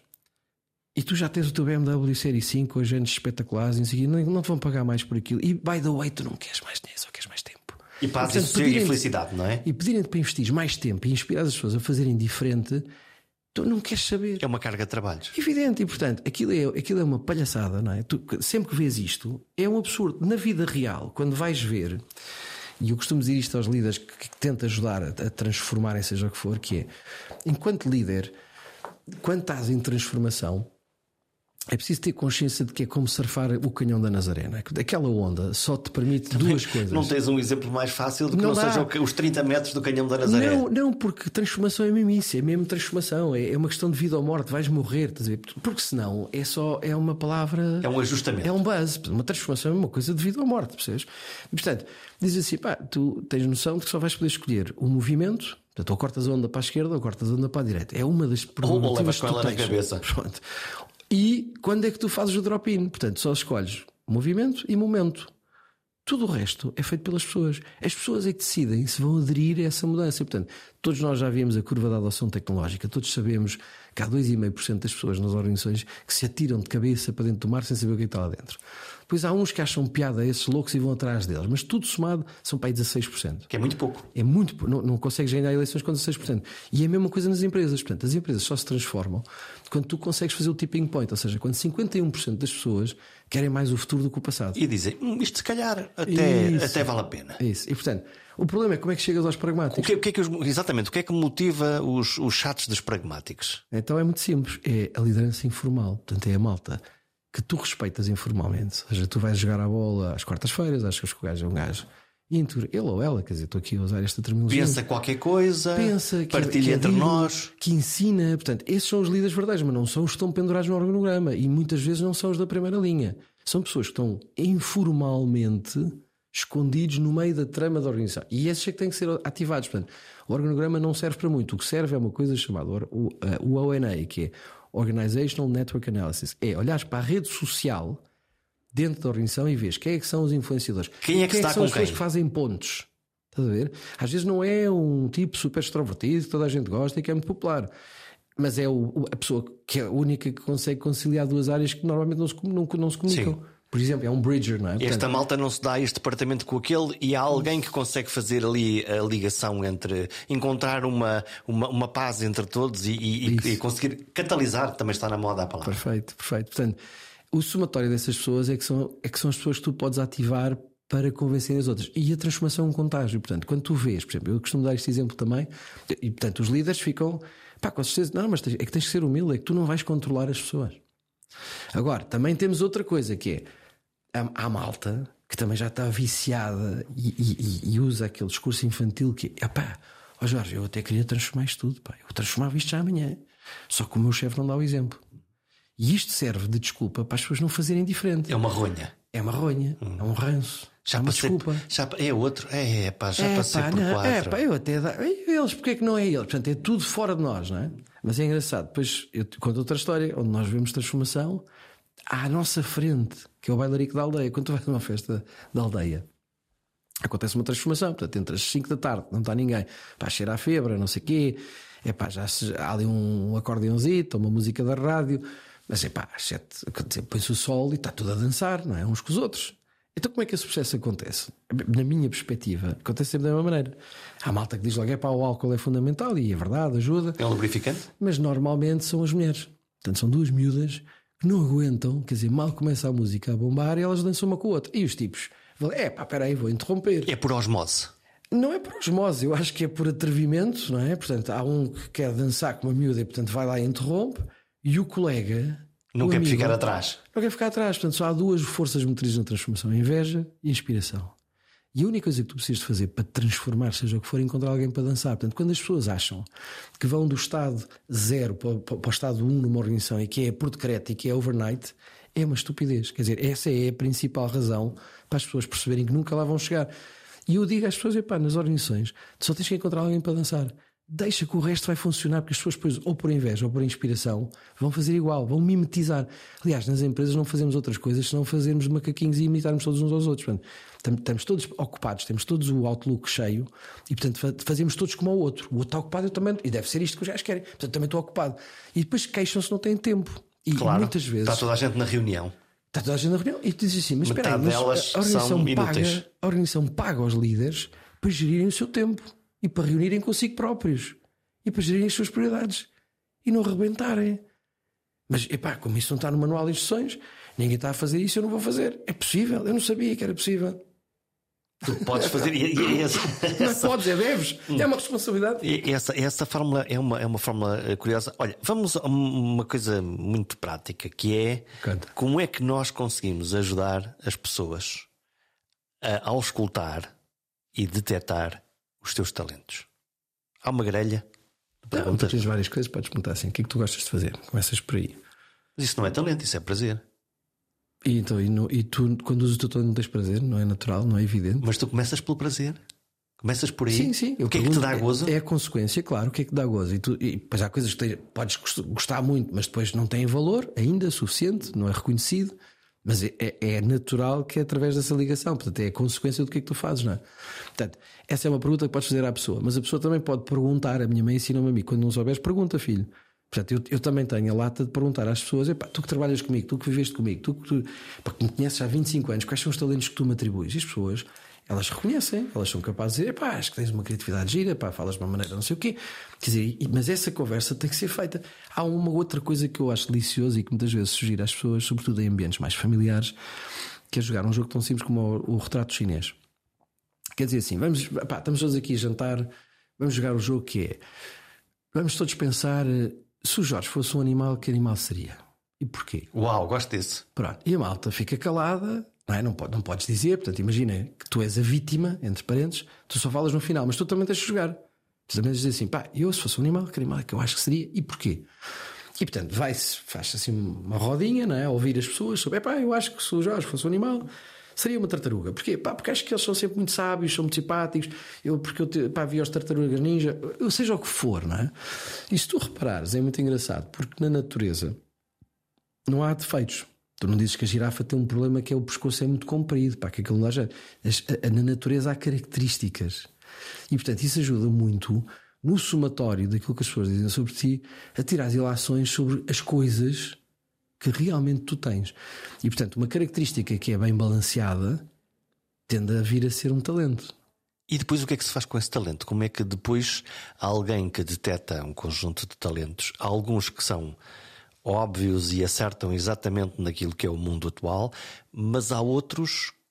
e tu já tens o teu B M W Série cinco com anos espetaculares, e não, não te vão pagar mais por aquilo. E by the way, tu não queres mais dinheiro, só queres mais tempo. E paz e sossego e felicidade, não é? E pedirem-te para investir mais tempo e inspirar as pessoas a fazerem diferente, tu não queres saber. É uma carga de trabalhos. Evidente, e portanto, aquilo é, aquilo é uma palhaçada, não é? Tu, sempre que vês isto, é um absurdo. Na vida real, quando vais ver. E eu costumo dizer isto aos líderes que, que tento ajudar a, a transformarem, seja o que for, que é, enquanto líder, quando estás em transformação, é preciso ter consciência de que é como surfar o canhão da Nazaré, não é? Aquela onda só te permite também duas coisas. Não tens um exemplo mais fácil do que não, não seja os trinta metros do canhão da Nazaré? Não, não, porque transformação é mesmo isso, é mesmo transformação, é, é uma questão de vida ou morte, vais morrer, estás a ver? Porque senão é só é uma palavra. É um ajustamento. É um buzz. Uma transformação é uma coisa de vida ou morte, percebes? E portanto, diz assim: pá, tu tens noção de que só vais poder escolher o movimento. Portanto, ou cortas a onda para a esquerda ou cortas a onda para a direita. É uma das prerrogativas. Ou levas com ela na cabeça. Pronto. E quando é que tu fazes o drop-in? Portanto, só escolhes movimento e momento. Tudo o resto é feito pelas pessoas. As pessoas é que decidem se vão aderir a essa mudança. Portanto, todos nós já vimos a curva da adoção tecnológica. Todos sabemos que há dois vírgula cinco por cento das pessoas nas organizações que se atiram de cabeça para dentro do mar sem saber o que está lá dentro. Pois há uns que acham piada a esses loucos e vão atrás deles. Mas tudo somado são para aí dezasseis por cento. Que é muito pouco. É muito pouco. Não, não consegues ganhar eleições com dezasseis por cento. E é a mesma coisa nas empresas. Portanto, as empresas só se transformam quando tu consegues fazer o tipping point. Ou seja, quando cinquenta e um por cento das pessoas querem mais o futuro do que o passado. E dizem, hum, isto se calhar até, até vale a pena. Isso. E portanto, o problema é como é que chegas aos pragmáticos. O que, o que é que os, exatamente, o que é que motiva os, os chatos dos pragmáticos? Então é muito simples. É a liderança informal. Portanto, é a malta que tu respeitas informalmente. Ou seja, tu vais jogar a bola às quartas-feiras, achas que o gajo é um gajo íntegro, ele ou ela, quer dizer, estou aqui a usar esta terminologia. Pensa qualquer coisa, pensa que partilha é, que é entre livre, nós, que ensina. Portanto, esses são os líderes verdadeiros, mas não são os que estão pendurados no organograma e muitas vezes não são os da primeira linha. São pessoas que estão informalmente escondidos no meio da trama da organização. E esses é que têm que ser ativados. Portanto, o organograma não serve para muito. O que serve é uma coisa chamada o, o O N A, que é Organizational Network Analysis. É olhares para a rede social dentro da organização e vês quem é que são os influenciadores. Quem é que, quem está é que são com as pessoas quem? Que fazem pontos. Estás a ver? Às vezes não é um tipo super extrovertido que toda a gente gosta e que é muito popular. Mas é o, a pessoa que é a única que consegue conciliar duas áreas que normalmente não se, não, não se comunicam. Sim. Por exemplo, é um bridger, não é? Esta Portanto, malta não se dá este departamento com aquele e há alguém que consegue fazer ali a ligação entre encontrar uma, uma, uma paz entre todos e, e, e conseguir catalisar, também está na moda a palavra. Perfeito, perfeito. Portanto, o somatório dessas pessoas é que são, é que são as pessoas que tu podes ativar para convencer as outras. E a transformação é um contágio. Portanto, quando tu vês, por exemplo, eu costumo dar este exemplo também, e portanto os líderes ficam, pá, com certeza, não, mas é que tens que ser humilde, é que tu não vais controlar as pessoas. Agora, também temos outra coisa que é há malta que também já está viciada e, e, e usa aquele discurso infantil que é pá, ó Jorge, eu até queria transformar isto tudo, pá. Eu transformava isto já amanhã, só que o meu chefe não dá o exemplo. E isto serve de desculpa para as pessoas não fazerem diferente. É uma ronha. É uma ronha, hum. é um ranço. Já é uma passei, desculpa. Já, é outro, é, é pá, já é, passei pá, por não, quatro. É pá, eu até dá, eles, porque é que não é eles? Portanto, é tudo fora de nós, não é? Mas é engraçado. Depois eu conto outra história onde nós vemos transformação à nossa frente, que é o bailarico da aldeia. Quando tu vais a uma festa da aldeia, acontece uma transformação. Portanto, entre as cinco da tarde não está ninguém, pá, cheira a febre, não sei o quê. É pá, já há ali um, um acordeãozito, uma música da rádio. Mas é pá, às sete, põe-se o sol e está tudo a dançar, não é? Uns com os outros. Então como é que esse processo acontece? Na minha perspectiva, acontece sempre da mesma maneira. Há malta que diz logo, é pá, o álcool é fundamental e é verdade, ajuda. É um lubrificante? Mas normalmente são as mulheres. Portanto, são duas miúdas que não aguentam, quer dizer, mal começa a música a bombar e elas dançam uma com a outra. E os tipos, é pá, espera aí, vou interromper. É por osmose? Não é por osmose, eu acho que é por atrevimento, não é? Portanto, há um que quer dançar com uma miúda e portanto vai lá e interrompe. E o colega não o quer amigo, ficar atrás. Não quer ficar atrás. Portanto, só há duas forças motrizes na transformação: inveja e inspiração. E a única coisa que tu precisas de fazer para te transformar, seja o que for, é encontrar alguém para dançar. Portanto, quando as pessoas acham que vão do estado zero para, para o estado um numa organização e que é por decreto e que é overnight, é uma estupidez. Quer dizer, essa é a principal razão para as pessoas perceberem que nunca lá vão chegar. E eu digo às pessoas, epá, nas organizações, tu só tens que encontrar alguém para dançar. Deixa que o resto vai funcionar, porque as pessoas depois, ou por inveja ou por inspiração, vão fazer igual, vão mimetizar. Aliás, nas empresas não fazemos outras coisas senão fazermos macaquinhos e imitarmos todos uns aos outros. Portanto, estamos todos ocupados, temos todos o Outlook cheio e, portanto, fazemos todos como ao outro. O outro está ocupado, eu também, e deve ser isto que os gajos querem. Portanto, também estou ocupado. E depois queixam-se, não têm tempo. E claro, muitas vezes está toda a gente na reunião. Está toda a gente na reunião e tu dizes assim, mas espera aí, mas delas a organização, são paga, inúteis. a organização paga aos líderes para gerirem o seu tempo e para reunirem consigo próprios e para gerirem as suas prioridades e não arrebentarem. Mas, epá, como isso não está no manual de instruções, ninguém está a fazer isso, eu não vou fazer. É possível, eu não sabia que era possível. Tu podes fazer. E, e, essa, não essa... podes, é deves. É uma responsabilidade. E essa, essa fórmula é uma, é uma fórmula curiosa. Olha, vamos a uma coisa muito prática, que é Canta. Como é que nós conseguimos ajudar as pessoas a auscultar e detectar os teus talentos? Há uma grelha de perguntas. Não, tu tens várias coisas, podes perguntar assim: o que é que tu gostas de fazer? Começas por aí. Mas isso não é talento, isso é prazer. E, então, e, no, e tu, quando usas o teu talento, não tens prazer, não é natural, não é evidente. Mas tu começas pelo prazer. Começas por aí. Sim, sim. O que é que te dá gozo? É, é a consequência, claro. O que é que te dá gozo? E, tu, e depois há coisas que te, podes gostar muito, mas depois não têm valor ainda suficiente, não é reconhecido. Mas é, é, é natural que é através dessa ligação. Portanto, é a consequência do que é que tu fazes, não é? Portanto, essa é uma pergunta que podes fazer à pessoa. Mas a pessoa também pode perguntar. A minha mãe ensinou-me a mim: quando não souberes, pergunta, filho. Portanto, eu, eu também tenho a lata de perguntar às pessoas: epá, tu que trabalhas comigo, tu que viveste comigo, tu que, tu, pá, que me conheces há vinte e cinco anos, quais são os talentos que tu me atribuis? E as pessoas, elas reconhecem, elas são capazes de dizer: epá, acho que tens uma criatividade gira, pá, falas de uma maneira não sei o quê. Quer dizer, mas essa conversa tem que ser feita. Há uma outra coisa que eu acho deliciosa e que muitas vezes sugiro às pessoas, sobretudo em ambientes mais familiares, que é jogar um jogo tão simples como o, o retrato chinês. Quer dizer assim, vamos, pá, estamos todos aqui a jantar, vamos jogar o jogo que é: vamos todos pensar, se o Jorge fosse um animal, que animal seria? E porquê? Uau, gosto disso. Pronto. E a malta fica calada, não é? Não, pode, não podes dizer, portanto, imagina que tu és a vítima, entre parentes, tu só falas no final, mas tu também tens de jogar. Tu também tens de dizer assim: pá, eu se fosse um animal, que animal é que eu acho que seria e porquê? E portanto, vai-se, faz-se assim uma rodinha, não é? A ouvir as pessoas sobre: pá, eu acho que se o Jorge fosse um animal, seria uma tartaruga. Porquê? Pá, porque acho que eles são sempre muito sábios, são muito simpáticos. Eu, porque eu pá, vi as tartarugas ninja, eu seja o que for, não é? E se tu reparares, é muito engraçado, porque na natureza não há defeitos. Tu não dizes que a girafa tem um problema que é o pescoço é muito comprido, pá, que aquilo não dá jeito. Na natureza há características. E portanto isso ajuda muito no somatório daquilo que as pessoas dizem sobre ti a tirar ilações sobre as coisas que realmente tu tens. E portanto uma característica que é bem balanceada tende a vir a ser um talento. E depois o que é que se faz com esse talento? Como é que depois há alguém que detecta um conjunto de talentos? Há alguns que são óbvios e acertam exatamente naquilo que é o mundo atual, mas há outros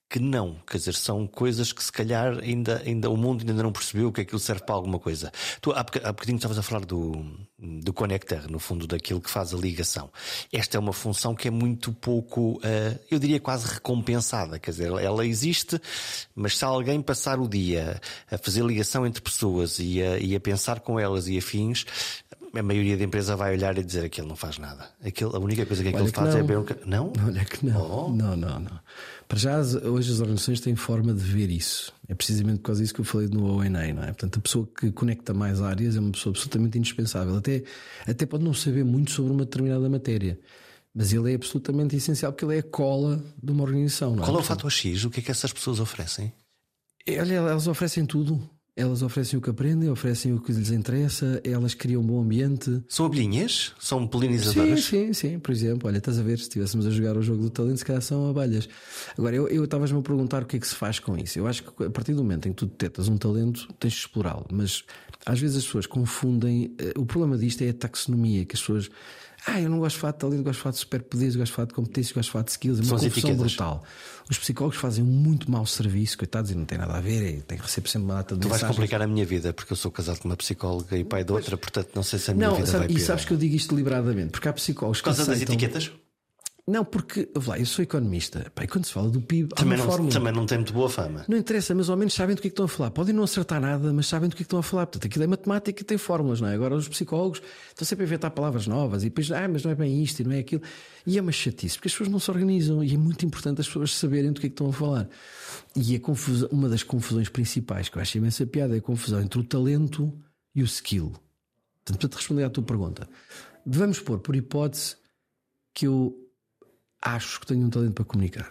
que não, quer dizer, são coisas que se calhar ainda, ainda o mundo ainda não percebeu que aquilo serve para alguma coisa. Tu há bocadinho estavas a falar do, do connector, no fundo daquilo que faz a ligação. Esta é uma função que é muito pouco, uh, eu diria quase recompensada, quer dizer, ela existe, mas se alguém passar o dia a fazer ligação entre pessoas e a, e a pensar com elas e afins, a maioria da empresa vai olhar e dizer que ele não faz nada. Aquilo, a única coisa que aquilo faz não. é ver um... Não? Olha que não. Oh. Não, não, não. Para já, hoje as organizações têm forma de ver isso. É precisamente por causa disso que eu falei no O N A, não é? Portanto, a pessoa que conecta mais áreas é uma pessoa absolutamente indispensável. Até, até pode não saber muito sobre uma determinada matéria, mas ele é absolutamente essencial porque ele é a cola de uma organização. Não é? Qual é o Portanto, fator X? O que é que essas pessoas oferecem? Olha, elas oferecem tudo. Elas oferecem o que aprendem, oferecem o que lhes interessa, elas criam um bom ambiente. São abelhinhas? São polinizadoras? Sim, sim, sim. Por exemplo, olha, estás a ver, se estivéssemos a jogar o jogo do talento, se calhar são abelhas. Agora, eu, eu estavas-me a perguntar o que é que se faz com isso. Eu acho que a partir do momento em que tu detectas um talento, tens de explorá-lo. Mas às vezes as pessoas confundem. O problema disto é a taxonomia, que as pessoas. Ah, eu não gosto de falar de talento, gosto de falar de superpoderes, gosto de falar de competências, gosto de falar de skills. É uma confusão brutal. Os psicólogos fazem um muito mau serviço, coitados, e não tem nada a ver, é, tem que receber sempre uma data de Tu vais mensagens. complicar a minha vida, porque eu sou casado com uma psicóloga e pai de outra, portanto não sei se a minha não, vida sabe, vai piorar. E sabes que eu digo isto deliberadamente, porque há psicólogos que Por causa aceitam... das etiquetas? Não, porque, lá, eu sou economista. Pá, e quando se fala do P I B, há também uma não, fórmula. também não tem muito boa fama. Não interessa, mas ao menos sabem do que é que estão a falar. Podem não acertar nada, mas sabem do que é que estão a falar. Portanto, aquilo é matemática e tem fórmulas, não é? Agora os psicólogos estão sempre a inventar palavras novas e depois, ah, mas não é bem isto e não é aquilo. E é uma chatice, porque as pessoas não se organizam e é muito importante as pessoas saberem do que é que estão a falar. E a confusão, uma das confusões principais que eu acho imensa piada é a confusão entre o talento e o skill. Portanto, para te responder à tua pergunta, vamos pôr por hipótese que eu acho que tenho um talento para comunicar.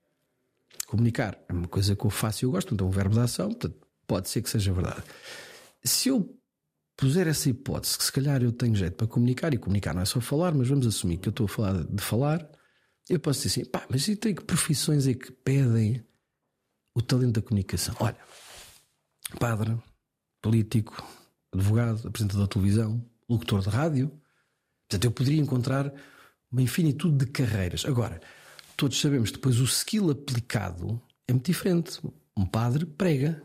Comunicar é uma coisa que eu faço e eu gosto, então é um verbo de ação, portanto, pode ser que seja verdade. Se eu puser essa hipótese, que se calhar eu tenho jeito para comunicar, e comunicar não é só falar, mas vamos assumir que eu estou a falar de falar, eu posso dizer assim, pá, mas e tem que profissões é que pedem o talento da comunicação? Olha, padre, político, advogado, apresentador de televisão, locutor de rádio. Portanto, eu poderia encontrar uma infinitude de carreiras. Agora, todos sabemos que depois o skill aplicado é muito diferente. Um padre prega,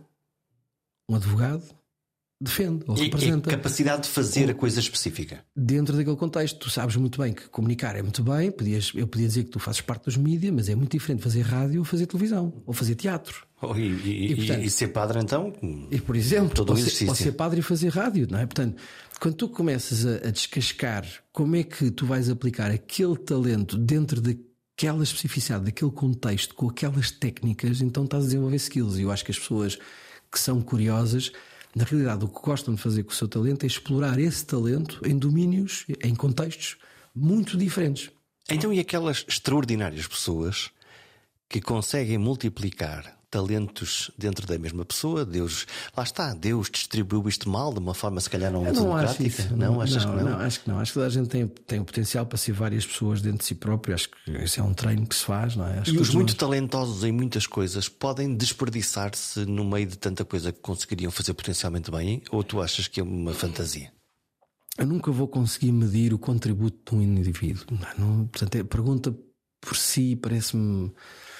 um advogado defende ou e, representa. E a capacidade de fazer ou, a coisa específica. Dentro daquele contexto, tu sabes muito bem que comunicar é muito bem. Podias, eu podia dizer que tu fazes parte dos mídias, mas é muito diferente fazer rádio ou fazer televisão ou fazer teatro. Oh, e, e, e, portanto, e ser padre então? E por exemplo, todo ou, um ser, ou ser padre e fazer rádio, não é? Portanto, quando tu começas a, a descascar como é que tu vais aplicar aquele talento dentro daquela especificidade, daquele contexto, com aquelas técnicas, então estás a desenvolver skills. E eu acho que as pessoas que são curiosas, na realidade, o que gostam de fazer com o seu talento é explorar esse talento em domínios, em contextos muito diferentes. Então, e aquelas extraordinárias pessoas que conseguem multiplicar talentos dentro da mesma pessoa? Deus, lá está, Deus distribuiu isto mal de uma forma se calhar não muito democrática. Não, não, achas não, que não? não, acho que não. Acho que toda a gente tem, tem o potencial para ser várias pessoas dentro de si próprio. Acho que esse é um treino que se faz, não é? Acho e que os muito nós... talentosos em muitas coisas podem desperdiçar-se no meio de tanta coisa que conseguiriam fazer potencialmente bem? Ou tu achas que é uma fantasia? Eu nunca vou conseguir medir o contributo de um indivíduo. Não, não, portanto, a pergunta por si parece-me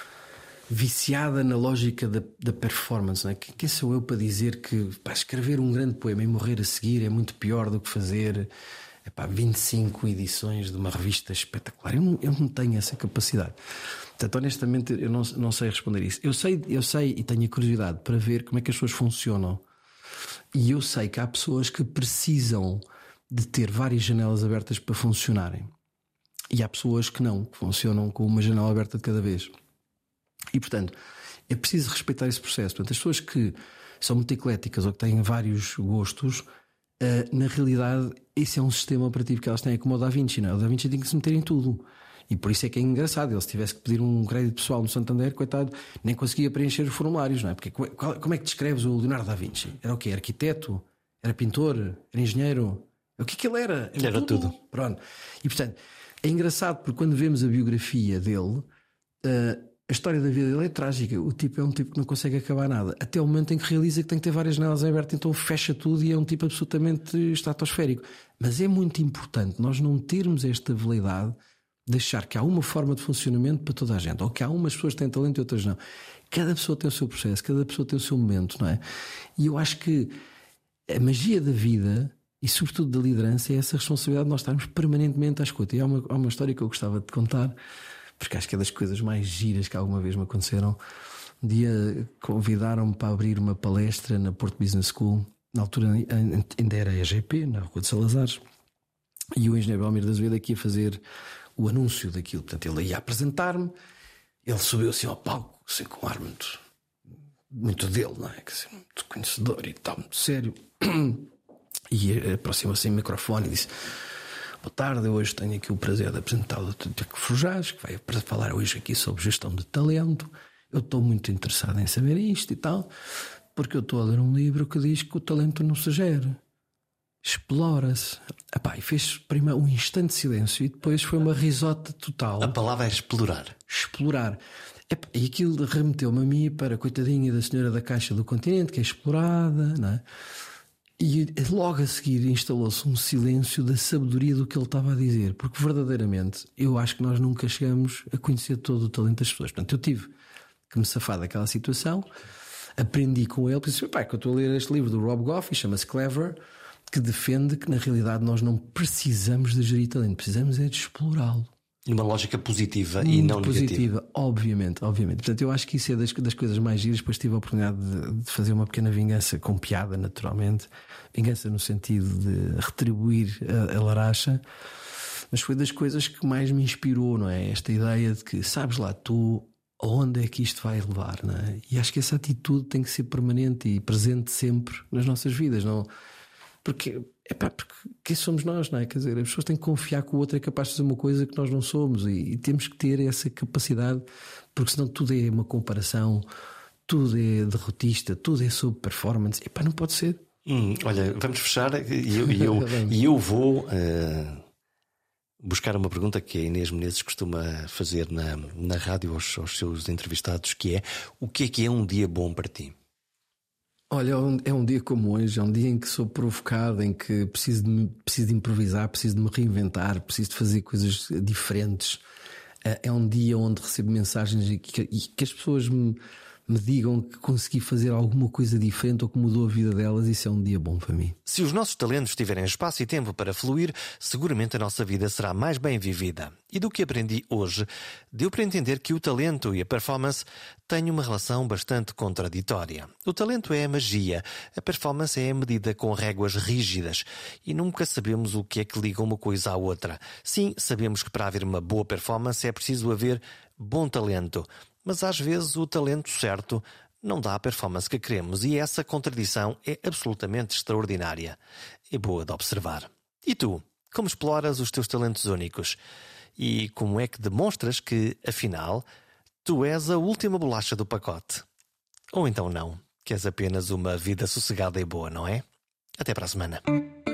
viciada na lógica da, da performance, não é? Quem sou eu para dizer que pá, escrever um grande poema e morrer a seguir é muito pior do que fazer epá, vinte e cinco edições de uma revista espetacular? Eu não, eu não tenho essa capacidade. Portanto, honestamente, eu não, não sei responder isso. Eu sei, eu sei e tenho a curiosidade para ver como é que as pessoas funcionam. E eu sei que há pessoas que precisam de ter várias janelas abertas para funcionarem. E há pessoas que não, que funcionam com uma janela aberta de cada vez. E, portanto, é preciso respeitar esse processo. Portanto, as pessoas que são muito ecléticas ou que têm vários gostos, uh, na realidade, esse é um sistema operativo que elas têm, é como o Da Vinci, não é? O Da Vinci tem que se meter em tudo. E por isso é que é engraçado. Ele, se tivesse que pedir um crédito pessoal no Santander, coitado, nem conseguia preencher os formulários, não é? Porque qual, como é que descreves o Leonardo da Vinci? Era o quê? Arquiteto? Era pintor? Era engenheiro? O que é que ele era? Era, era tudo. tudo. Pronto. E, portanto, é engraçado porque quando vemos a biografia dele... Uh, a história da vida dele é trágica. O tipo é um tipo que não consegue acabar nada, até o momento em que realiza que tem que ter várias janelas abertas, então fecha tudo e é um tipo absolutamente estratosférico. Mas é muito importante nós não termos esta veleidade de achar que há uma forma de funcionamento para toda a gente, ou que há umas pessoas que têm talento e outras não. Cada pessoa tem o seu processo, cada pessoa tem o seu momento, não é? E eu acho que a magia da vida e sobretudo da liderança é essa responsabilidade de nós estarmos permanentemente à escuta. E há uma, há uma história que eu gostava de contar, porque acho que é das coisas mais giras que alguma vez me aconteceram. Um dia convidaram-me para abrir uma palestra na Porto Business School. Na altura ainda era E G P, na Rua de Salazares, e o engenheiro Belmiro de Azevedo aqui ia fazer o anúncio daquilo. Portanto, ele ia apresentar-me, ele subiu assim ao palco, assim, com um ar muito, muito dele, não é? Assim, muito conhecedor e tal, muito sério. E aproximou-se o microfone e disse: boa tarde, eu hoje tenho aqui o prazer de apresentar o doutor Tiago Forjás, que vai falar hoje aqui sobre gestão de talento. Eu estou muito interessado em saber isto e tal, porque eu estou a ler um livro que diz que o talento não se gera, explora-se. Epá, e fez primeiro um instante de silêncio e depois foi uma risota total. A palavra é explorar. Explorar. Epá, e aquilo remeteu-me a mim para a coitadinha da senhora da Caixa do Continente, que é explorada, não é? E logo a seguir instalou-se um silêncio da sabedoria do que ele estava a dizer, porque verdadeiramente eu acho que nós nunca chegamos a conhecer todo o talento das pessoas. Portanto, eu tive que me safar daquela situação, aprendi com ele, disse: pai, que eu estou a ler este livro do Rob Goff, chama-se Clever, que defende que na realidade nós não precisamos de gerir talento, precisamos é de explorá-lo. Numa lógica positiva Muito e não positiva, negativa. Obviamente, obviamente. Portanto, eu acho que isso é das, das coisas mais giras. Depois tive a oportunidade de, de fazer uma pequena vingança com piada, naturalmente. Vingança no sentido de retribuir a, a laracha. Mas foi das coisas que mais me inspirou, não é? Esta ideia de que, sabes lá, tu, aonde é que isto vai levar, não é? E acho que essa atitude tem que ser permanente e presente sempre nas nossas vidas, não? Porque, epá, porque quem somos nós, não é? Quer dizer, as pessoas têm que confiar que o outro é capaz de fazer uma coisa que nós não somos, e, e temos que ter essa capacidade, porque senão tudo é uma comparação, tudo é derrotista, tudo é sobre performance. Epá, não pode ser. Hum, olha, vamos fechar e eu, e eu, e eu vou uh, buscar uma pergunta que a Inês Menezes costuma fazer na, na rádio aos, aos seus entrevistados, que é: o que é que é um dia bom para ti? Olha, é um dia como hoje, é um dia em que sou provocado, em que preciso de, preciso de improvisar, preciso de me reinventar, preciso de fazer coisas diferentes. É um dia onde recebo mensagens e que, e que as pessoas me, me digam que consegui fazer alguma coisa diferente ou que mudou a vida delas. Isso é um dia bom para mim. Se os nossos talentos tiverem espaço e tempo para fluir, seguramente a nossa vida será mais bem vivida. E do que aprendi hoje, deu para entender que o talento e a performance têm uma relação bastante contraditória. O talento é a magia, a performance é a medida com réguas rígidas e nunca sabemos o que é que liga uma coisa à outra. Sim, sabemos que para haver uma boa performance é preciso haver bom talento, mas às vezes o talento certo não dá a performance que queremos, e essa contradição é absolutamente extraordinária. É boa de observar. E tu, como exploras os teus talentos únicos? E como é que demonstras que, afinal, tu és a última bolacha do pacote? Ou então não, que és apenas uma vida sossegada e boa, não é? Até para a semana.